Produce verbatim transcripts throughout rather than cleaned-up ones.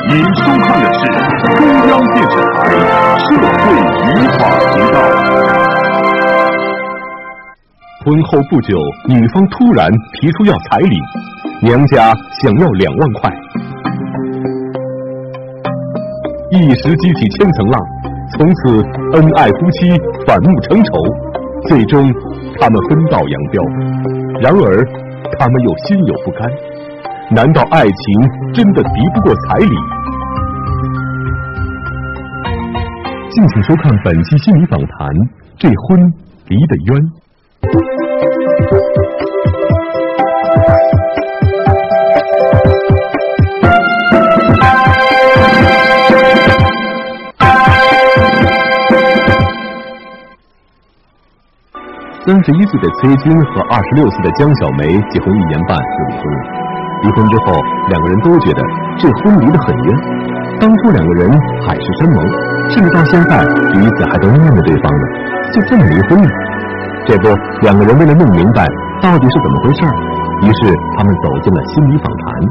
您收看的是中央电视台社会与法频道。婚后不久，女方突然提出要彩礼，娘家想要两万块，一时激起千层浪，从此恩爱夫妻反目成仇，最终他们分道扬镳。然而他们又心有不甘，难道爱情真的敌不过彩礼？敬请收看本期心理访谈，这婚离得冤。三十一岁的崔军和二十六岁的江小梅结婚一年半就离婚了。离婚之后，两个人都觉得这婚离得很冤。当初两个人海誓山盟，甚至到现在彼此还都念着对方呢，就这么离婚了。这不，两个人为了弄明白到底是怎么回事，于是他们走进了心理访谈。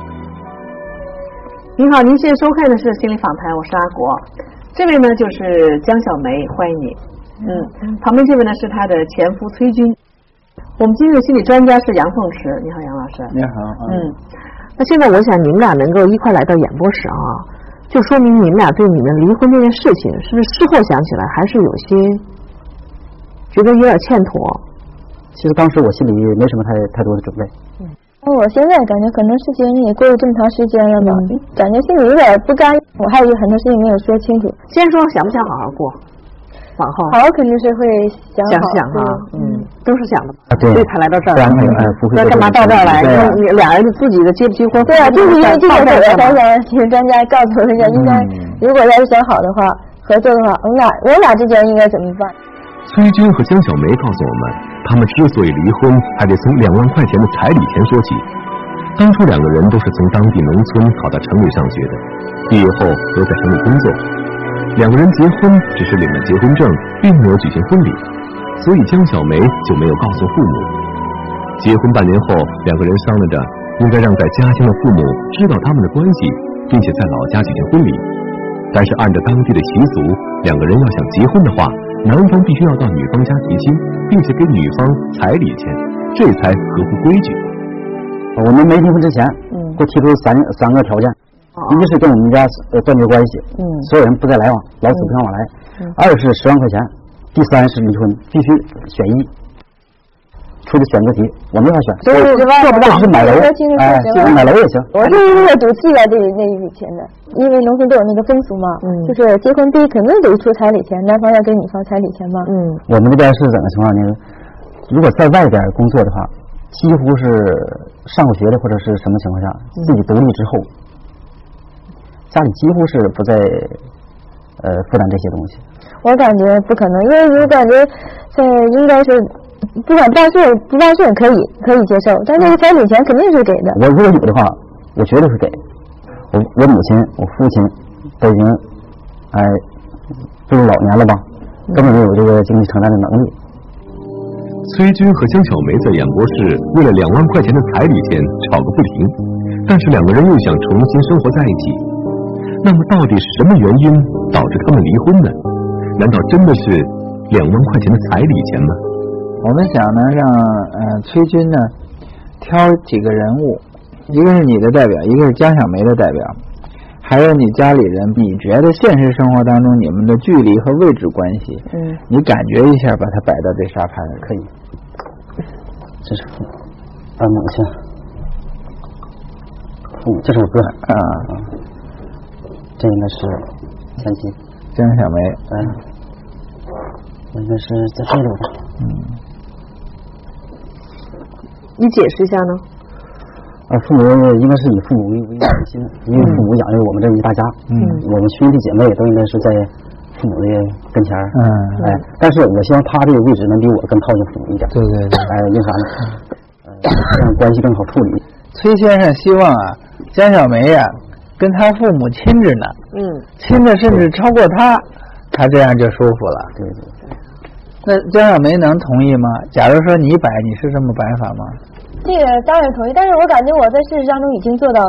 您好，您现在收看的是心理访谈，我是阿国。这位呢就是江小梅，欢迎你。嗯，旁边这位呢是她的前夫崔军。我们今天的心理专家是杨凤池，你好，杨老师。 你好。 嗯，那现在我想你们俩能够一块来到演播室啊，就说明你们俩对你们离婚这件事情，是不是事后想起来还是有些觉得有点欠妥？ 其实当时我心里没什么太太多的准备。 嗯，我现在感觉可能事情也过了这么长时间了吧，嗯、感觉心里有点不甘，我还有很多事情没有说清楚。 先说想不想好好过？往后好肯定是会想想想哈，嗯，都是想的， 啊、对， 所以才来到这儿。 哎，不会。 那干嘛到这儿来？你俩人自己的结不结婚？ 对啊，就是因为这个我才想请专家告诉我一下，应该、嗯、如果要是想好的话，合作的话，我们俩我们俩之间应该怎么办？ 崔军和江小梅告诉我们，他们之所以离婚，还得从两万块钱的彩礼钱说起。当初两个人都是从当地农村考到城里上学的，毕业后都在城里工作。两个人结婚只是领了结婚证，并没有举行婚礼，所以江小梅就没有告诉父母。结婚半年后，两个人商量着应该让在家乡的父母知道他们的关系，并且在老家举行婚礼。但是按照当地的习俗，两个人要想结婚的话，男方必须要到女方家提亲，并且给女方彩礼钱，这才合乎规矩。 我们没离婚之前，嗯，给我提出三三个条件。一是跟我们家呃断绝关系，嗯，所有人不再来往，老死不相往来。嗯、二是十万块钱，第三是离婚，必须选一。出的选择题，我没法选， 所以做不到。 是买楼，哎，买楼也行。 我是为了赌气来这那一笔钱的，因为农村都有那个风俗嘛，嗯，就是结婚第一肯定得出彩礼钱，男方要给女方彩礼钱嘛，嗯。 我们这边是怎个情况呢？如果在外边工作的话，几乎是上过学的或者是什么情况下，自己独立之后。家里几乎是不再呃负担这些东西。 我感觉不可能，因为我感觉在应该是不管办事不办事可以可以接受，但这个彩礼钱肯定是给的。 我如果有的话，我绝对会给。我我母亲、我父亲都已经哎步入老年了吧，根本没有这个经济承担的能力。 崔军和江小梅在演播室为了两万块钱的彩礼钱吵个不停，但是两个人又想重新生活在一起。那么到底是什么原因导致他们离婚呢？难道真的是两万块钱的彩礼钱吗？ 我们想呢，让呃崔军呢挑几个人物，一个是你的代表，一个是江小梅的代表，还有你家里人。你觉得现实生活当中你们的距离和位置关系，嗯，你感觉一下，把它摆到这沙盘上可以。 这是父母，啊母亲，父母，这是我哥啊。这应该是前妻江小梅， 嗯，应该是在这里的。嗯， 你解释一下呢？ 啊，父母应该是以父母为为中心，因为父母养育我们这一大家，嗯，我们兄弟姐妹都应该是在父母的跟前儿，嗯，哎，但是我希望他这个位置能比我更靠近父母一点， 对对对， 哎，为啥呢？呃，让关系更好处理。 崔先生希望啊，江小梅呀、啊。跟他父母亲着呢，嗯，亲的甚至超过他，他这样就舒服了。 对对对。 那江小梅能同意吗？假如说你摆，你是这么摆法吗？ 这个当然同意，但是我感觉我在事实当中已经做到了。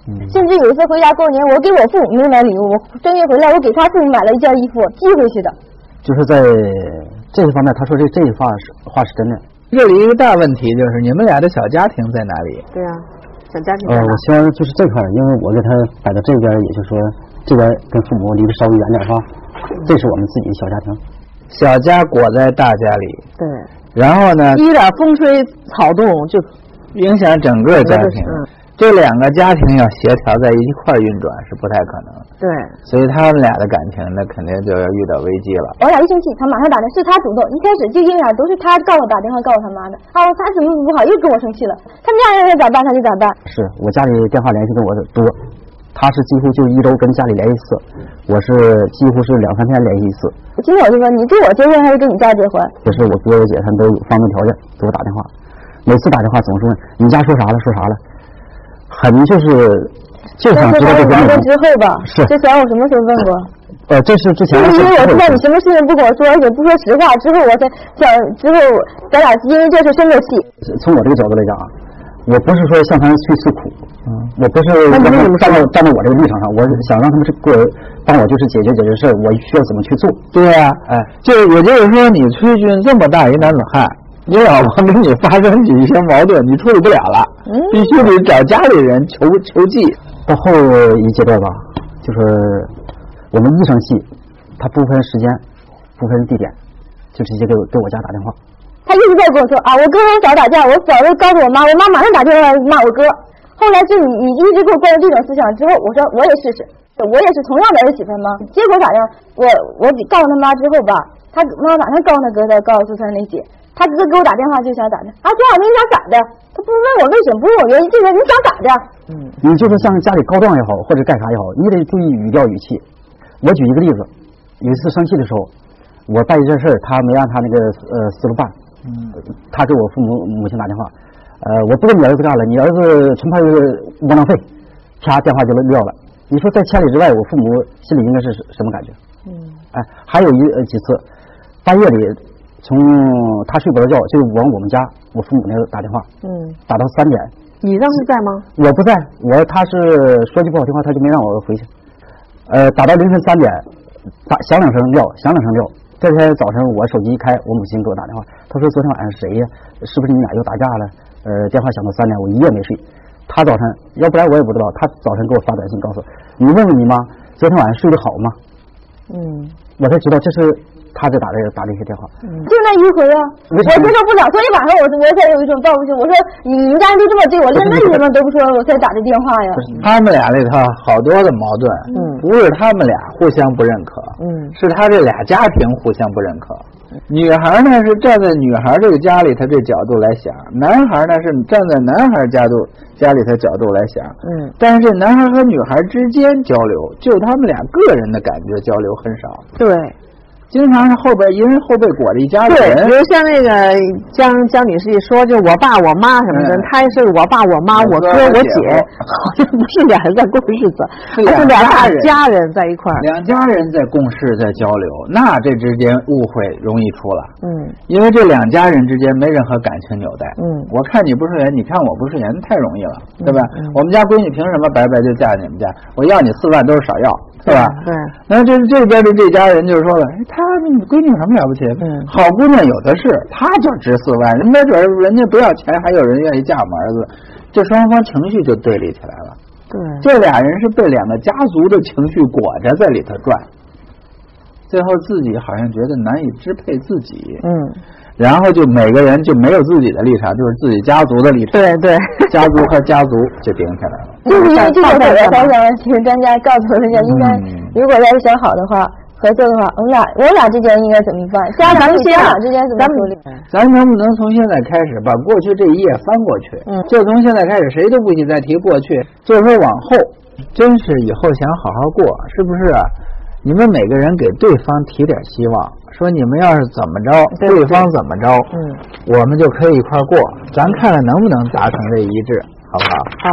嗯、甚至有一次回家过年，我给我父母没买礼物，我正月回来，我给他父母买了一件衣服寄回去的。 就是在这一方面，他说这这一话是话是真的。 这里一个大问题就是你们俩的小家庭在哪里？ 对啊，小家庭。 呃，我希望就是这块，因为我给他摆到这边，也就是说这边跟父母离得稍微远点哈，这是我们自己的小家庭。 小家裹在大家里。 对。 然后呢？ 一点风吹草动就影响整个家庭。嗯。这两个家庭要协调在一块运转是不太可能。 对。 所以他们俩的感情那肯定就要遇到危机了。 我俩一生气，他马上打的是他主动，一开始就因为都是他告我打电话告我他妈的，啊，他怎么不好又跟我生气了，他们家人咋办他就咋办。 是我家里电话联系跟我多，他是几乎就一周跟家里联系一次，我是几乎是两三天联系一次。 今天我就说你跟我结婚还是跟你家结婚？ 也是我哥我姐他们都有方便条件给我打电话，每次打电话总是问你家说啥了说啥了，很就是就想知道这个内容。 之后吧， 是之前我什么时候问过？ 呃，这是之前。 因为我知道你什么事情不跟我说，而且不说实话，之后我才想，之后咱俩因为这事生过气。 从我这个角度来讲啊，我不是说向他们去诉苦，嗯，我不是站在站在我这个立场上，我想让他们是给我帮我就是解决解决事，我需要怎么去做？ 对呀、啊，哎，就也就是说，你崔军这么大一男子汉。你老婆跟你发生起一些矛盾，你处理不了了，嗯、必须得找家里人求求济。 到后一阶段吧，就是我们一生气，他不分时间，不分地点，就直接给我给我家打电话。 他一直在跟我说啊，我哥和我嫂打架，我嫂子告诉我妈，我妈马上打电话骂我哥。后来是你你一直给我灌输这种思想之后，我说我也试试，我也是同样的儿媳妇吗？结果咋样？我我告诉他妈之后吧，他妈马上告诉他哥的，告诉他那姐。他哥给我打电话就想咋的啊？多少你想咋的？他不问我为什么，不问我原因，这个你想咋的？ 嗯，你就是像家里告状也好，或者干啥也好，你得注意语调语气。我举一个例子，有一次生气的时候，我办一件事儿，他没让他那个呃思路办，嗯，他给我父母母亲打电话，呃，我不跟你儿子干了，你儿子纯怕窝囊废，啪电话就撂了。你说在千里之外，我父母心里应该是什么感觉？嗯，哎，还有一呃几次半夜里。从他睡不着觉，就往我们家我父母那打电话，嗯，打到三点。 你当时在吗？ 我不在，我他是说句不好听话，他就没让我回去。呃，打到凌晨三点，打响两声撂，响两声撂。第二天早晨我手机一开，我母亲给我打电话，她说昨天晚上谁呀？是不是你俩又打架了？呃，电话响到三点，我一夜没睡。他早晨，要不然我也不知道，他早晨给我发短信告诉我，你问问你妈，昨天晚上睡得好吗？嗯，我才知道这是。他在打这个打这些电话， 嗯、就那一回啊，我接受不了，所以晚上我我才有一种报复心。我说你们家人都这么对我，连那什么都不说，我才打的电话呀。 他们俩里头好多的矛盾，嗯，不是他们俩互相不认可，嗯，是他这俩家庭互相不认可。女孩呢是站在女孩这个家里头这角度来想，男孩呢是站在男孩家度家里头角度来想，嗯，但是男孩和女孩之间交流，就他们俩个人的感觉交流很少， 对。 经常是后边一人后背裹着一家人， 对，比如像那个江江女士一说，就我爸我妈什么的，他、嗯、也是我爸我妈我哥我姐，好像不是俩人在过日子，而是两大家人在一块儿， 两家人在共事在交流，那这之间误会容易出了，嗯，因为这两家人之间没任何感情纽带，嗯，我看你不顺眼，你看我不顺眼，太容易了，对吧？嗯、我们家闺女凭什么白白就嫁你们家？我要你四万都是少要。是吧？ 对。 那这这边的这家人就说了，哎，他闺女有什么了不起？嗯，好姑娘有的是，他就值四万，人没准人家不要钱，还有人愿意嫁我们儿子，这双方情绪就对立起来了。 对。 这俩人是被两个家族的情绪裹着在里头转，最后自己好像觉得难以支配自己。嗯。然后就每个人就没有自己的立场，就是自己家族的立场。 对对， 家族和家族就顶起来了。 就是因为这个，我才想请专家告诉人家，应该、嗯、如果要是想好的话，合作的话，我们俩我们俩之间应该怎么办？家长家长之间怎么处理？ 咱能不能从现在开始把过去这一页翻过去？嗯，就从现在开始，谁都不许再提过去，就是说往后，真是以后想好好过，是不是啊？你们每个人给对方提点希望，说你们要是怎么着，对, 对方怎么着，嗯，我们就可以一块过，咱看看能不能达成这一致，好不好？ 好。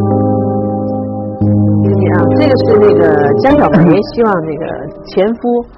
啊，这个是那个江小梅希望那个前夫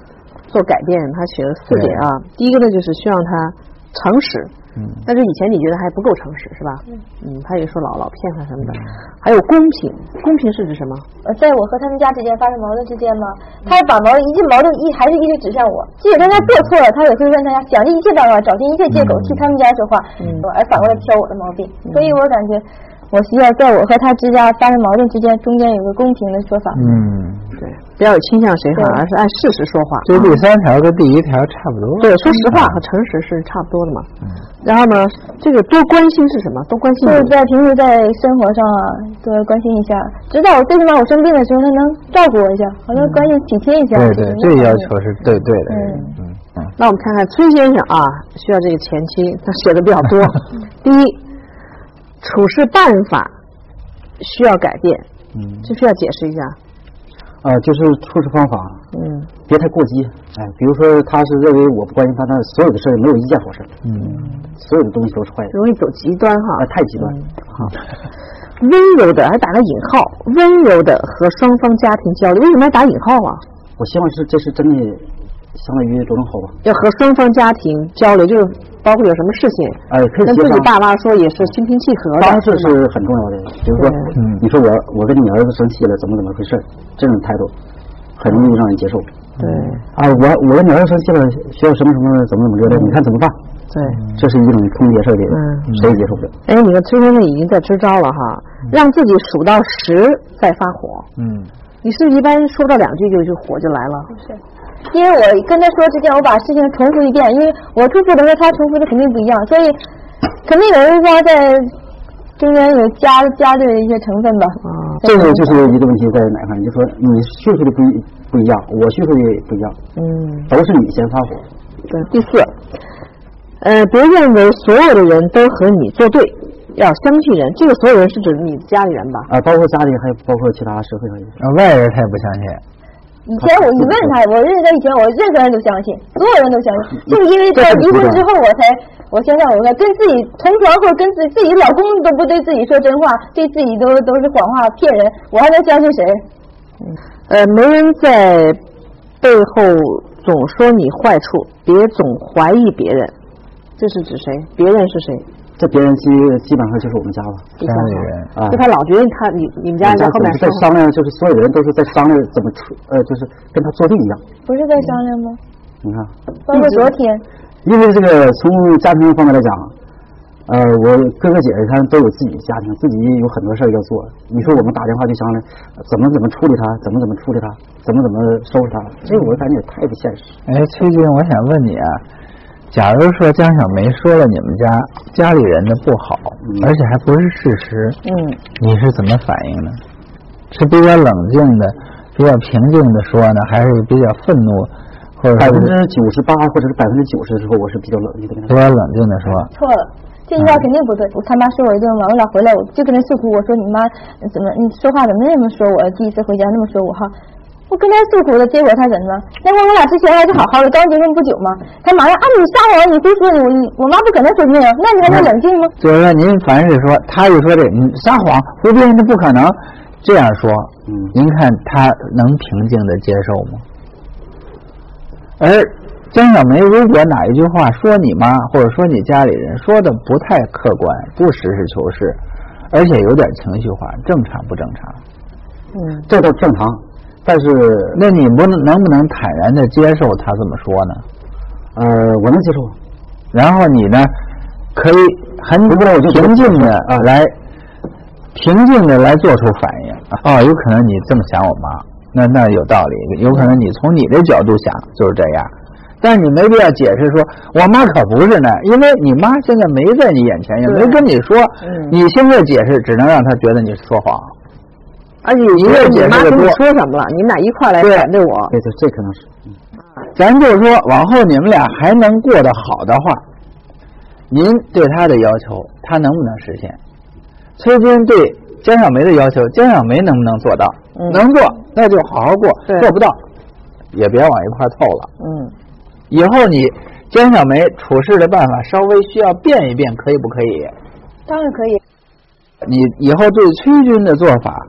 做改变，他写了四点啊。第一个呢，就是需要他诚实。嗯，但是以前你觉得还不够诚实是吧？嗯，嗯，他也说老老骗他什么的，还有公平，公平是指什么？ 呃，在我和他们家之间发生矛盾之间嘛，他把矛盾一进矛盾一还是一直指向我，即使他家做错了，他也会问他家想尽一切办法，找尽一切借口替他们家说话，嗯，而反过来挑我的毛病，嗯、所以我感觉我需要在我和他之家发生矛盾之间中间有个公平的说法。 嗯，对，不要有倾向谁好，而是按事实说话。 这第三条跟第一条差不多。 对，说实话和诚实是差不多的嘛。嗯。然后呢，这个多关心是什么？多关心就是在平时在生活上啊，多关心一下，直到我最起码我生病的时候，他能照顾我一下，好像关心体贴一下。 对对，这要求是对对的。嗯嗯嗯。那我们看看崔先生啊，需要这个前期他写的比较多。第一，处事办法需要改变，嗯，这需要解释一下。 呃，就是处事方法，嗯，别太过激。哎，比如说他是认为我不关心他，那所有的事没有一件好事，嗯，所有的东西都是坏的， 容易走极端哈， 啊，太极端。 嗯、好，温柔的还打个引号，温柔的和双方家庭交流，为什么要打引号啊？ 我希望是这是真的，相当于多种好吧？ 要和双方家庭交流，就是包括有什么事情， 哎，可以跟自己爸妈说也是心平气和的。 方式是很重要的，比如说，嗯，你说我我跟你儿子生气了，怎么怎么回事？这种态度很容易让人接受。 对啊，我我跟你儿子生气了，需要什么什么怎么怎么着的，你看怎么办？ 对， 这是一种通别事的，嗯，谁也接受不了。 哎，你看崔先生已经在支招了哈，让自己数到十再发火。嗯，你是不是一般说不到两句就就火就来了？ 不是。因为我跟他说之前，我把事情重复一遍，因为我重复的和他重复的肯定不一样，所以肯定有人说在中间有加加对的一些成分吧。 啊，这个就是一个问题在哪块？就说你叙述的不一不一样，我叙述的不一样，嗯，都是你先发火。 对，第四，呃，别认为所有的人都和你作对，要相信人。这个所有人是指你家里人吧？ 啊，包括家里，还有包括其他社会上人。 啊，外人他也不相信。 以前我一问他，我认识他以前，我任何人都相信，所有人都相信，就是因为他离婚之后，我才，我现在我跟自己同床或者跟自己自己老公都不对自己说真话，对自己都都是谎话骗人，我还能相信谁？ 呃，没人在背后总说你坏处，别总怀疑别人，这是指谁？别人是谁？ 这别人基基本上就是我们家了， 家里人啊，就他老觉得他你你们家在后面在商量，就是所有人都是在商量怎么出，呃，就是跟他作对一样。 不是在商量吗？ 你看， 包括昨天， 因为这个从家庭方面来讲，呃，我哥哥姐姐他都有自己家庭，自己有很多事要做。你说我们打电话就商量怎么怎么处理他，怎么怎么处理他，怎么怎么收拾他，这个我感觉也太不现实。 哎，崔军，我想问你啊。假如说江小梅说了你们家家里人的不好，嗯、而且还不是事实，嗯，你是怎么反应呢？是比较冷静的、比较平静的说呢，还是比较愤怒，或者百分之九十八或者是百分之九十的时候，我是比较冷静的， 比较冷静的说。 错了，这句话肯定不对。我他妈说我一顿完，我俩回来我就跟他诉苦，我说你妈怎么你说话怎么那么说我？第一次回家那么说我哈。我跟他诉苦的结果他怎么了？那会我俩之前还是好好的，刚结婚不久嘛。他马上啊，你撒谎，你胡说，你我我妈不可能说这样，那你还能冷静吗？ 就是说，您凡是说，他一说这你撒谎胡编，那不可能这样说。嗯，您看他能平静的接受吗？而江小梅如果哪一句话说你妈或者说你家里人说的不太客观，不实事求是，而且有点情绪化，正常不正常？ 嗯，这倒正常。但是， 那你不能能不能坦然的接受他这么说呢？ 呃，我能接受。 然后你呢，可以很平静的啊来，平静的来做出反应。哦，有可能你这么想我妈，那那有道理。有可能你从你的角度想就是这样，但是你没必要解释说，我妈可不是那，因为你妈现在没在你眼前，也没跟你说，嗯、你现在解释只能让他觉得你是说谎。 而且你你妈跟你说什么了？你们俩一块来反对我？ 对对，这可能是。嗯、 咱就是说，往后你们俩还能过得好的话，您对他的要求，他能不能实现？崔军对江小梅的要求，江小梅能不能做到？嗯、能做，那就好好过；做不到，也别往一块凑了。嗯。以后你江小梅处事的办法稍微需要变一变，可以不可以？ 当然可以。 你以后对崔军的做法。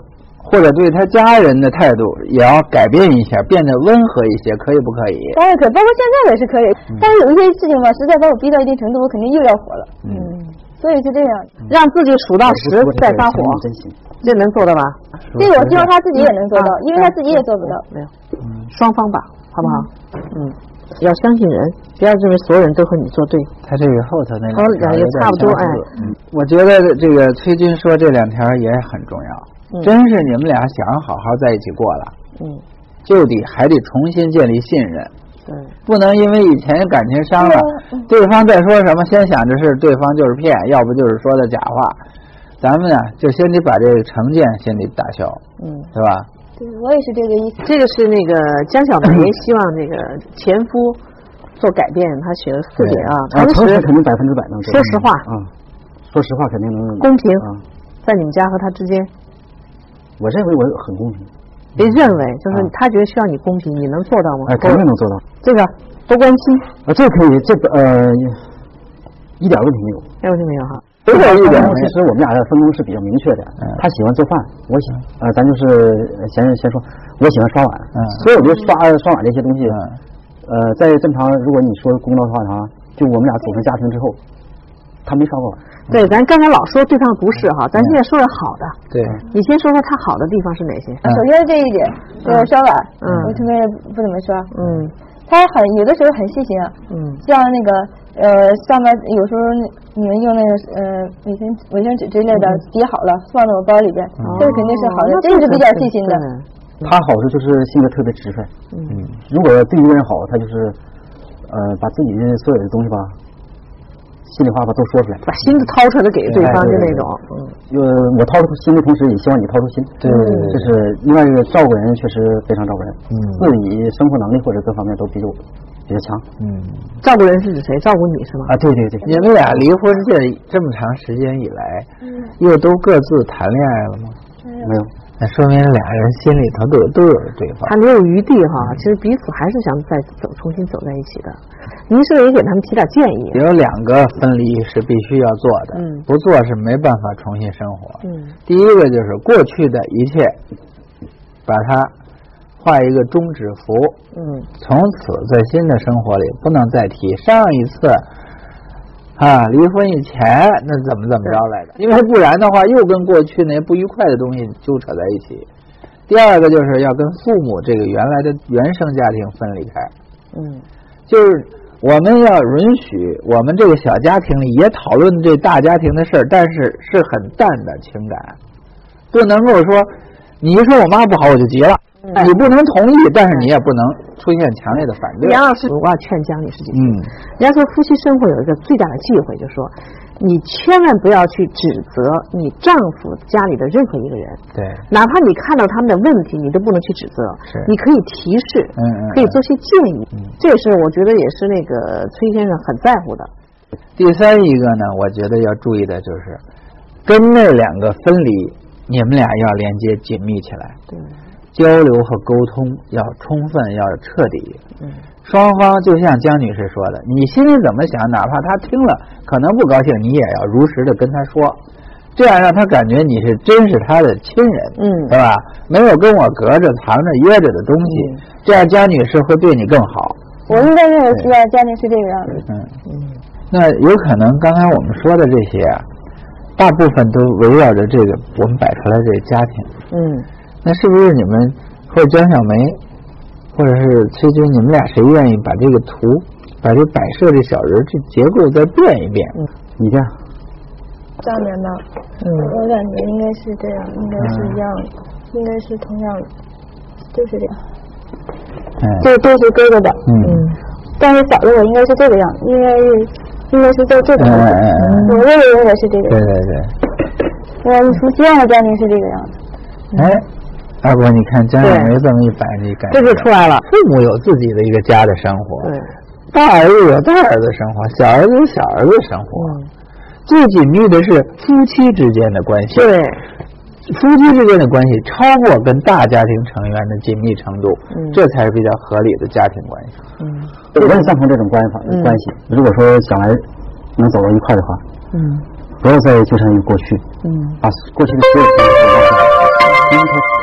或者对他家人的态度也要改变一下，变得温和一些，可以不可以？ 当然可以，包括现在也是可以。嗯、但是有一些事情吧，实在把我逼到一定程度，我肯定又要火了。嗯，所以是这样， 让自己数到十再发火，这能做到吧？ 这个我希望他自己也能做到，因为他自己也做不到。 没有，嗯，双方吧，好不好？嗯。要相信人，不要认为所有人都和你作对。 他这个后头那两条也差不多哎。 嗯，我觉得这个崔军说这两条也很重要，嗯、真是你们俩想好好在一起过了，嗯，就得还得重新建立信任。 对， 不能因为以前感情伤了，嗯、对方再说什么，先想着是对方就是骗，要不就是说的假话。咱们呢，就先得把这个成见先得打消，嗯，对吧？ 对，我也是这个意思。 这个是那个江小梅希望那个前夫做改变，他写了四点啊， 诚实肯定百分之百能做。 说实话啊，说实话肯定能公平啊，在你们家和他之间， 我认为我很公平。 别认为就是他觉得需要你公平，你能做到吗？ 哎，肯定能做到。 这个多关心啊，这可以，这个呃一点问题没有， 一点问题没有哈。 不是一点，其实我们俩的分工是比较明确的。嗯、他喜欢做饭，我喜呃，咱就是先先说，我喜欢刷碗。嗯，所有的刷刷碗这些东西，嗯、呃，在正常如果你说公道的话啊，就我们俩组成家庭之后，他没刷过碗。 对，咱刚才老说对方不是哈，咱现在说点好的。 对， 你先说说他好的地方是哪些？ 首先这一点，就是刷碗，嗯，我特别不怎么刷，嗯，他很有的时候很细心啊，嗯，像那个。呃，上面有时候你们用那个呃卫生卫生纸之类的叠好了，放到我包里边，这个肯定是好的，这个是比较细心的。 他好处就是性格特别直率，嗯，如果对一个人好，他就是呃把自己的所有的东西吧，心里话吧都说出来， 把心都掏出来给对方的那种。嗯， 呃，我掏出心的同时，也希望你掏出心。对，就是另外一个照顾人确实非常照顾人，嗯，自己生活能力或者各方面都比较。比较强，嗯， 照顾人是指谁？照顾你是吗？ 啊，对对对。 你们俩离婚这这么长时间以来，嗯，又都各自谈恋爱了吗？ 没有， 那说明俩人心里头都有都有对方， 他留有余地哈。其实彼此还是想再走，重新走在一起的。您是不是也给他们提点建议？ 有两个分离是必须要做的，嗯，不做是没办法重新生活。嗯，第一个就是过去的一切，把它。画一个终止符，嗯，从此在新的生活里不能再提上一次啊离婚以前那怎么怎么着来的，因为不然的话又跟过去那些不愉快的东西纠扯在一起。第二个就是要跟父母这个原来的原生家庭分离开，嗯，就是我们要允许我们这个小家庭里也讨论这大家庭的事儿，但是是很淡的情感，不能够说你一说我妈不好我就急了。嗯、你不能同意，但是你也不能出现强烈的反对。 杨老师，我要劝江女士姐姐，嗯，人家说夫妻生活有一个最大的忌讳，就是说，你千万不要去指责你丈夫家里的任何一个人， 对， 哪怕你看到他们的问题，你都不能去指责， 是， 你可以提示，嗯嗯，可以做些建议，嗯，这也是我觉得也是那个崔先生很在乎的。 第三一个呢，我觉得要注意的就是，跟那两个分离，你们俩要连接紧密起来，对。交流和沟通要充分，要彻底。嗯，双方就像江女士说的，你心里怎么想，哪怕他听了可能不高兴，你也要如实的跟他说，这样让他感觉你是真是他的亲人，嗯，对吧？没有跟我隔着、藏着、掖着的东西，嗯、这样江女士会对你更好。 我应该认为是家庭是这个样子。 嗯嗯，那有可能刚才我们说的这些啊，大部分都围绕着这个我们摆出来这个家庭。嗯。那是不是你们或者江小梅或者是崔军，你们俩谁愿意把这个图把这摆设这小人这结构再变一变？嗯，你这样上面呢，嗯，我感觉应该是这样，应该是一样的，嗯、应该是同样的，就是这样，嗯，这都是哥哥的，嗯，但是小的我应该是这个样，应该是应该是在这个样子，嗯，我认为我是这个样子， 对对对， 我不希望的家庭是这个样子， 哎。二伯，你看江小梅这么一摆，你感觉这就出来了。 父母有自己的一个家的生活，对，大儿子有大儿子生活，小儿子有小儿子生活。嗯，最紧密的是夫妻之间的关系。 对， 夫妻之间的关系超过跟大家庭成员的紧密程度，嗯，这才是比较合理的家庭关系。 嗯，我也赞同这种关法、嗯、关系。如果说将来能走到一块的话，嗯，不要再纠缠于过去，嗯，把过去的所有东西都忘掉，因为它。